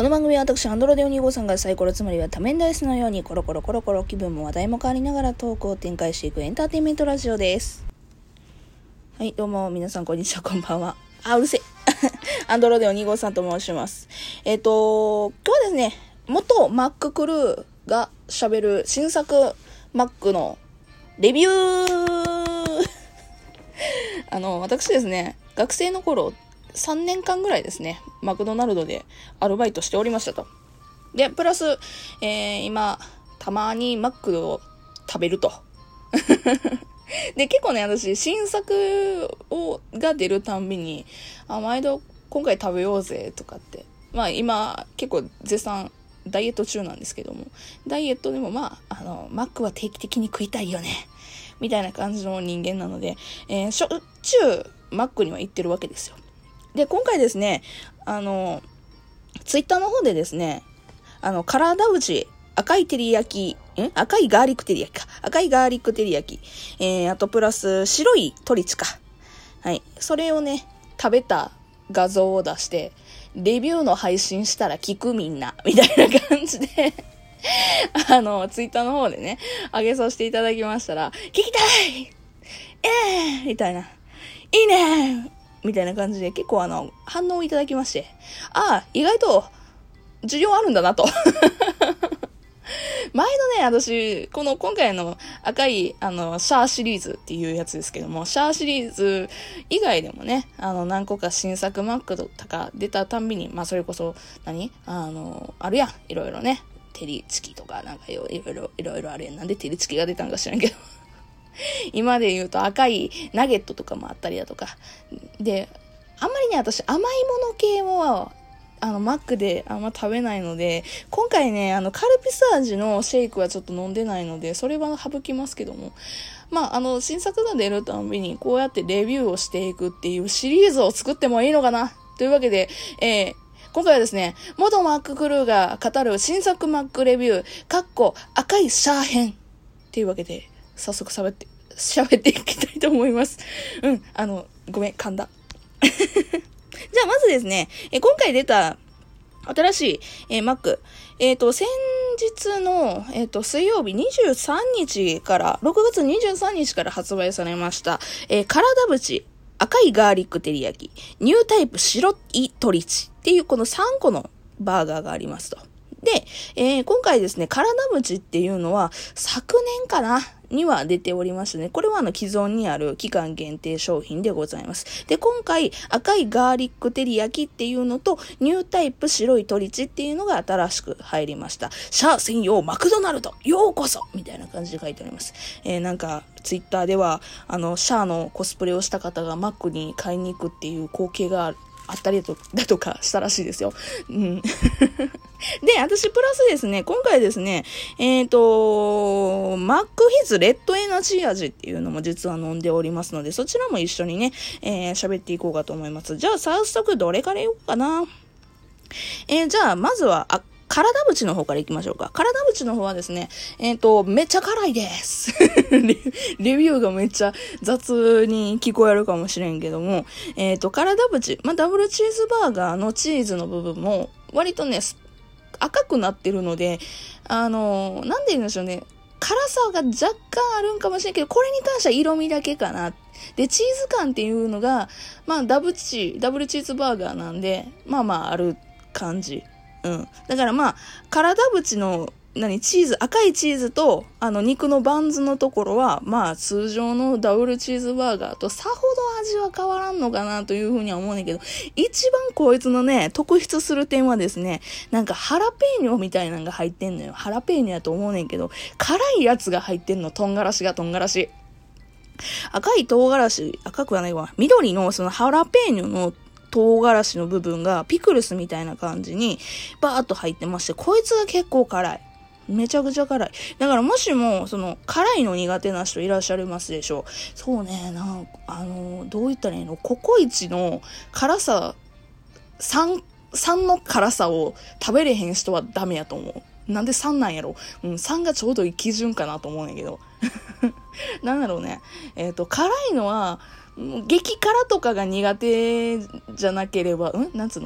この番組は私アンドロデオ2号さんがサイコロつまりは多面ダイスのようにコロコロ気分も話題も変わりながらトークを展開していくエンターテインメントラジオです。はい、どうも皆さんこんにちは、こんばんは。うるせえアンドロデオ2号さんと申します。今日はですね、元 Mac クルーが喋る新作 Mac のレビュー私ですね、学生の頃3年間ぐらいですね、マクドナルドでアルバイトしておりましたと。で、プラス、今、たまにマックを食べると。で、結構ね、私、新作が出るたんびに、毎度今回食べようぜとかって。まあ今、結構絶賛ダイエット中なんですけども、ダイエットでもマックは定期的に食いたいよね。みたいな感じの人間なので、しょっちゅうマックには行ってるわけですよ。で、今回ですね、ツイッターの方でですね、体打赤いガーリック照り焼きか。赤いガーリック照り焼き。あとプラス白い鶏チか。はい。それをね、食べた画像を出して、レビューの配信したら聞くみんな、みたいな感じで、ツイッターの方でね、上げさせていただきましたら、聞きたいみたいな。いいねみたいな感じで結構反応をいただきまして、意外と需要あるんだなと。毎度ね、私、今回の赤い、シャーシリーズっていうやつですけども、シャーシリーズ以外でもね、何個か新作マックとか出たたんびに、まあ、それこそ、あるやん、いろいろね、照りチキとか、なんかいろいろあるやん。なんで照りチキが出たんか知らんけど。今で言うと赤いナゲットとかもあったりだとか。で、あんまりね、私甘いもの系も、マックであんま食べないので、今回ね、カルピス味のシェイクはちょっと飲んでないので、それは省きますけども。まあ、新作が出るたびに、こうやってレビューをしていくっていうシリーズを作ってもいいのかなというわけで、今回はですね、元マッククルーが語る新作マックレビュー、赤いシャー編っていうわけで、早速喋っていきたいと思います。ごめん、噛んだ。じゃあまずですね、今回出た新しい、Mac。先日の、水曜日23日から、6月23日から発売されました、体縁赤いガーリック照り焼き、ニュータイプ白い鶏チっていうこの3個のバーガーがありますと。で、今回ですね、体縁っていうのは昨年かなには出ておりましてね、これは既存にある期間限定商品でございます。で、今回赤いガーリック照り焼きっていうのとニュータイプ白い鶏チっていうのが新しく入りました。シャア専用マクドナルドようこそみたいな感じで書いてあります。なんかツイッターではシャアのコスプレをした方がマックに買いに行くっていう光景があったりだとかしたらしいですよ。うん。で、私プラスですね、今回ですね、マックフィズレッドエナジー味っていうのも実は飲んでおりますので、そちらも一緒にね、喋っていこうかと思います。じゃあ早速どれから言おうかな。じゃあまずは、体縁の方から行きましょうか。体縁の方はですね、めっちゃ辛いです。レビューがめっちゃ雑に聞こえるかもしれんけども、体縁、ダブルチーズバーガーのチーズの部分も、割とね、赤くなってるので、なんで言うんでしょうね、辛さが若干あるんかもしれんけど、これに関しては色味だけかな。で、チーズ感っていうのが、ダブルチーズバーガーなんで、ある感じ。うん。だから体縁の、赤いチーズと、肉のバンズのところは、通常のダブルチーズバーガーとさほど味は変わらんのかなというふうには思うねんけど、一番こいつのね、特筆する点はですね、なんかハラペーニョみたいなのが入ってんのよ。ハラペーニョやと思うねんけど、辛いやつが入ってんの、トンガラシ。赤い唐辛子、赤くはないわ。緑のそのハラペーニョの唐辛子の部分がピクルスみたいな感じにバーッと入ってまして、こいつが結構辛い。めちゃくちゃ辛い。だからもしも、辛いの苦手な人いらっしゃいますでしょう。そうね、どう言ったらいいの？ココイチの辛さ、3の辛さを食べれへん人はダメやと思う。なんで3なんやろ？3がちょうどいい基準かなと思うんやけど。なんだろうね。辛いのは、激辛とかが苦手じゃなければ、なんつうの？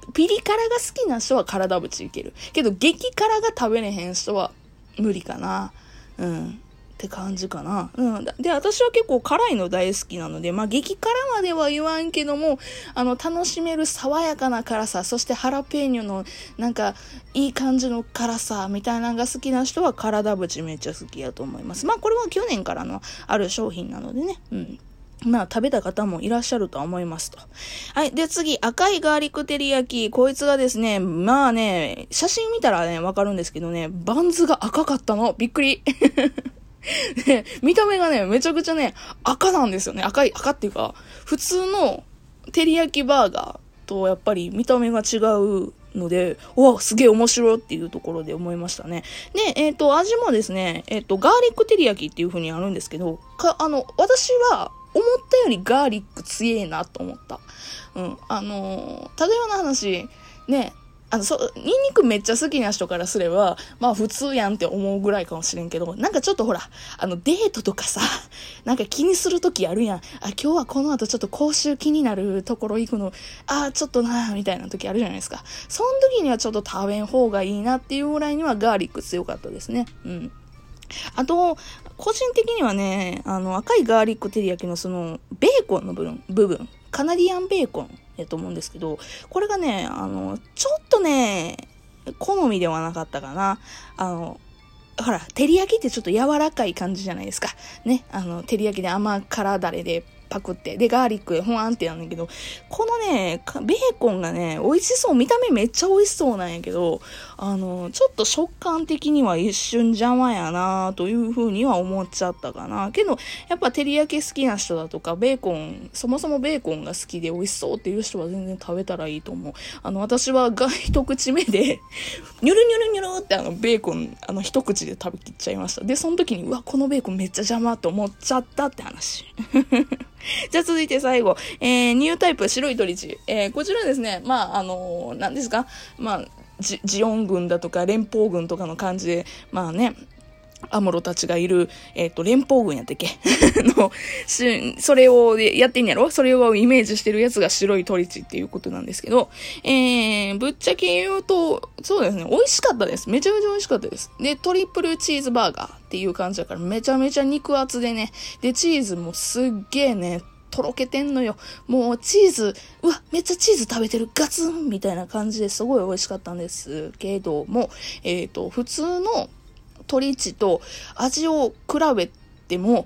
ピリ辛が好きな人は体縁いける。けど、激辛が食べれへん人は無理かな。って感じかな。で、私は結構辛いの大好きなので、激辛までは言わんけども、楽しめる爽やかな辛さ、そしてハラペーニョの、いい感じの辛さ、みたいなのが好きな人は体縁めっちゃ好きやと思います。これは去年からのある商品なのでね。食べた方もいらっしゃるとは思いますと。はい。で、次、赤いガーリック照り焼き。こいつがですね、写真見たらね、わかるんですけどね、バンズが赤かったの。びっくり。で、見た目がね、めちゃくちゃね、赤なんですよね。赤っていうか、普通の照り焼きバーガーとやっぱり見た目が違うので、すげえ面白いっていうところで思いましたね。で、味もですね、ガーリック照り焼きっていう風にあるんですけど、私は思ったよりガーリック強えなと思った。例えばの話、ね、ニンニクめっちゃ好きな人からすれば、普通やんって思うぐらいかもしれんけど、ちょっとほら、デートとかさ、気にするときあるやん。今日はこの後ちょっと口臭気になるところ行くの、ちょっとなみたいなときあるじゃないですか。その時にはちょっと食べん方がいいなっていうぐらいにはガーリック強かったですね。あと、個人的にはね、赤いガーリック照り焼きのベーコンの部分、カナディアンベーコンやと思うんですけど、これがね、ちょっとね、好みではなかったかな。ほら、照り焼きってちょっと柔らかい感じじゃないですか。ね、照り焼きで甘辛だれでパクって、で、ガーリックでほわんってやんだけど、このね、ベーコンがね、美味しそう、見た目めっちゃ美味しそうなんやけど、ちょっと食感的には一瞬邪魔やなというふうには思っちゃったかな。けど、やっぱ照り焼き好きな人だとか、そもそもベーコンが好きで美味しそうっていう人は全然食べたらいいと思う。私は一口目で、ニュルニュルニュルってベーコン、一口で食べきっちゃいました。で、その時に、このベーコンめっちゃ邪魔って思っちゃったって話。じゃあ続いて最後、ニュータイプ白い鳥地。こちらですね、何ですか、ジオン軍だとか連邦軍とかの感じで、アモロたちがいる、連邦軍やったっけそれをやってんやろ、それをイメージしてるやつが白い鳥地っていうことなんですけど、ぶっちゃけ言うと、そうですね、美味しかったです。めちゃめちゃ美味しかったです。で、トリプルチーズバーガーっていう感じだから、めちゃめちゃ肉厚でね、で、チーズもすっげーね、とろけてんのよ。もうチーズ、めっちゃチーズ食べてる、ガツンみたいな感じですごい美味しかったんですけども、普通の鳥地と味を比べても、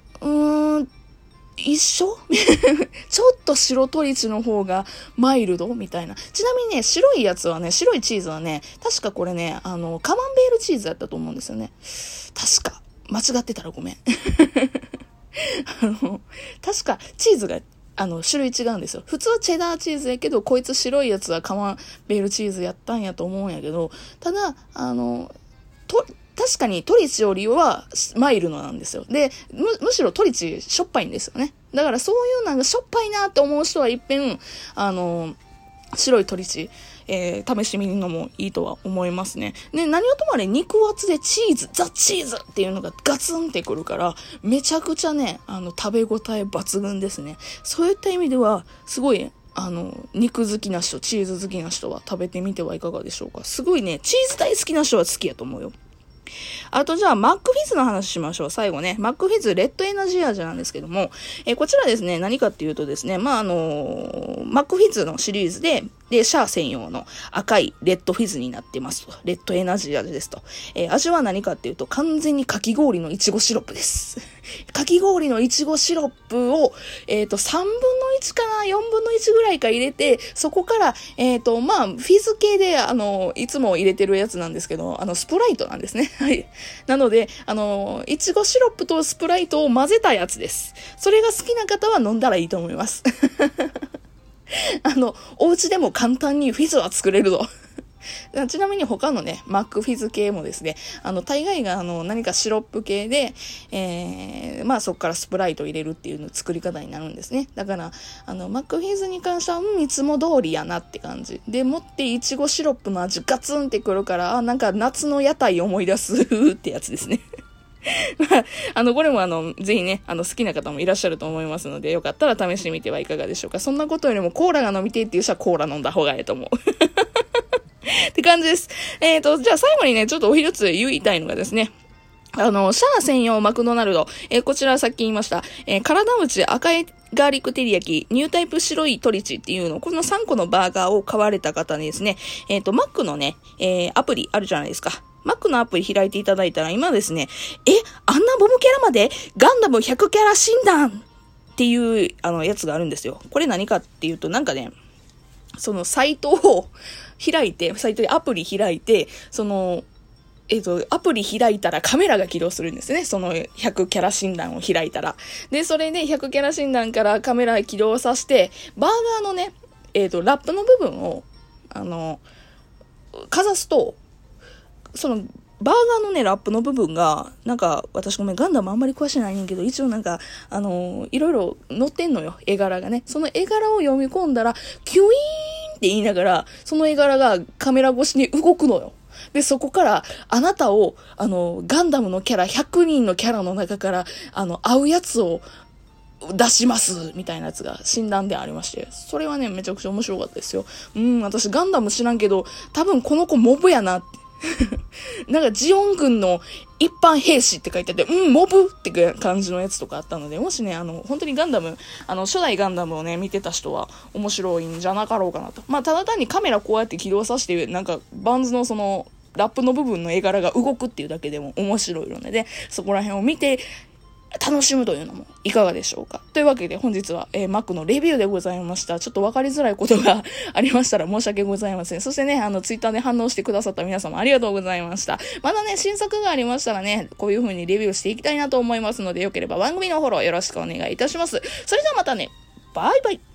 一緒ちょっと白鳥地の方がマイルドみたいな。ちなみにね、白いチーズはね、確かこれね、カマンベールチーズだったと思うんですよね。確か。間違ってたらごめん。確かチーズが種類違うんですよ。普通はチェダーチーズやけど、こいつ白いやつはカマンベールチーズやったんやと思うんやけど、ただ、確かにトリチよりはマイルドなんですよ。で、むしろトリチしょっぱいんですよね。だからそういうしょっぱいなって思う人は一遍、白いトリチ、試してみるのもいいとは思いますね。で、何をともあれ肉厚でザ・チーズっていうのがガツンってくるから、めちゃくちゃね、食べ応え抜群ですね。そういった意味では、すごい、肉好きな人、チーズ好きな人は食べてみてはいかがでしょうか。すごいね、チーズ大好きな人は好きやと思うよ。あとじゃあ、マックフィズの話しましょう。最後ね。マックフィズレッドエナジー味なんですけども、こちらですね、何かっていうとですね、マックフィズのシリーズで、シャア専用の赤いレッドフィズになってますと。レッドエナジー味ですと。味は何かっていうと、完全にかき氷のいちごシロップです。かき氷のいちごシロップを、3分の1かな ?4 分の1ぐらいか入れて、そこから、フィズ系で、いつも入れてるやつなんですけど、スプライトなんですね。はい。なので、いちごシロップとスプライトを混ぜたやつです。それが好きな方は飲んだらいいと思います。お家でも簡単にフィズは作れるぞ。ちなみに他のね、マックフィズ系もですね、大概が何かシロップ系で、そこからスプライト入れるっていうの作り方になるんですね。だから、マックフィズに関しては、いつも通りやなって感じ。で、もっていちごシロップの味ガツンってくるから、なんか夏の屋台思い出すってやつですね。 これもぜひね、好きな方もいらっしゃると思いますので、よかったら試してみてはいかがでしょうか。そんなことよりもコーラが飲みてっていう人はコーラ飲んだ方がいいと思う。って感じです。じゃあ最後にね、ちょっとお一つ言いたいのがですね、シャア専用マクドナルド。こちらさっき言いました。体打ち赤いガーリック照り焼き、ニュータイプ白いトリチっていうの、この3個のバーガーを買われた方にですね、マックのね、アプリあるじゃないですか。マックのアプリ開いていただいたら、今ですね、あんなボムキャラまでガンダム100キャラ診断っていう、やつがあるんですよ。これ何かっていうと、なんかね、そのサイトを開いて、サイトでアプリ開いて、アプリ開いたらカメラが起動するんですね。その100キャラ診断を開いたら。で、それで100キャラ診断からカメラ起動させて、バーガーのね、ラップの部分を、かざすと、その、バーガーのね、ラップの部分が、なんか、私ごめん、ガンダムあんまり詳しいないねんけど、一応なんか、いろいろ載ってんのよ、絵柄がね。その絵柄を読み込んだら、キュイーンって言いながら、その絵柄がカメラ越しに動くのよ。で、そこから、あなたを、ガンダムのキャラ、100人のキャラの中から、合うやつを出します、みたいなやつが診断でありまして、それはね、めちゃくちゃ面白かったですよ。私ガンダム知らんけど、多分この子モブやなって。なんかジオン軍の一般兵士って書いてあって、モブって感じのやつとかあったので、もしね、本当にガンダム、初代ガンダムをね、見てた人は面白いんじゃなかろうかなと。まあ、ただ単にカメラこうやって起動させて、なんか、バンズのその、ラップの部分の絵柄が動くっていうだけでも面白いので、そこら辺を見て、楽しむというのもいかがでしょうか。というわけで本日は、Mac のレビューでございました。ちょっと分かりづらいことがありましたら申し訳ございません。そしてね、Twitter で反応してくださった皆様ありがとうございました。まだね、新作がありましたらね、こういう風にレビューしていきたいなと思いますので、よければ番組のフォローよろしくお願いいたします。それではまたね、バイバイ。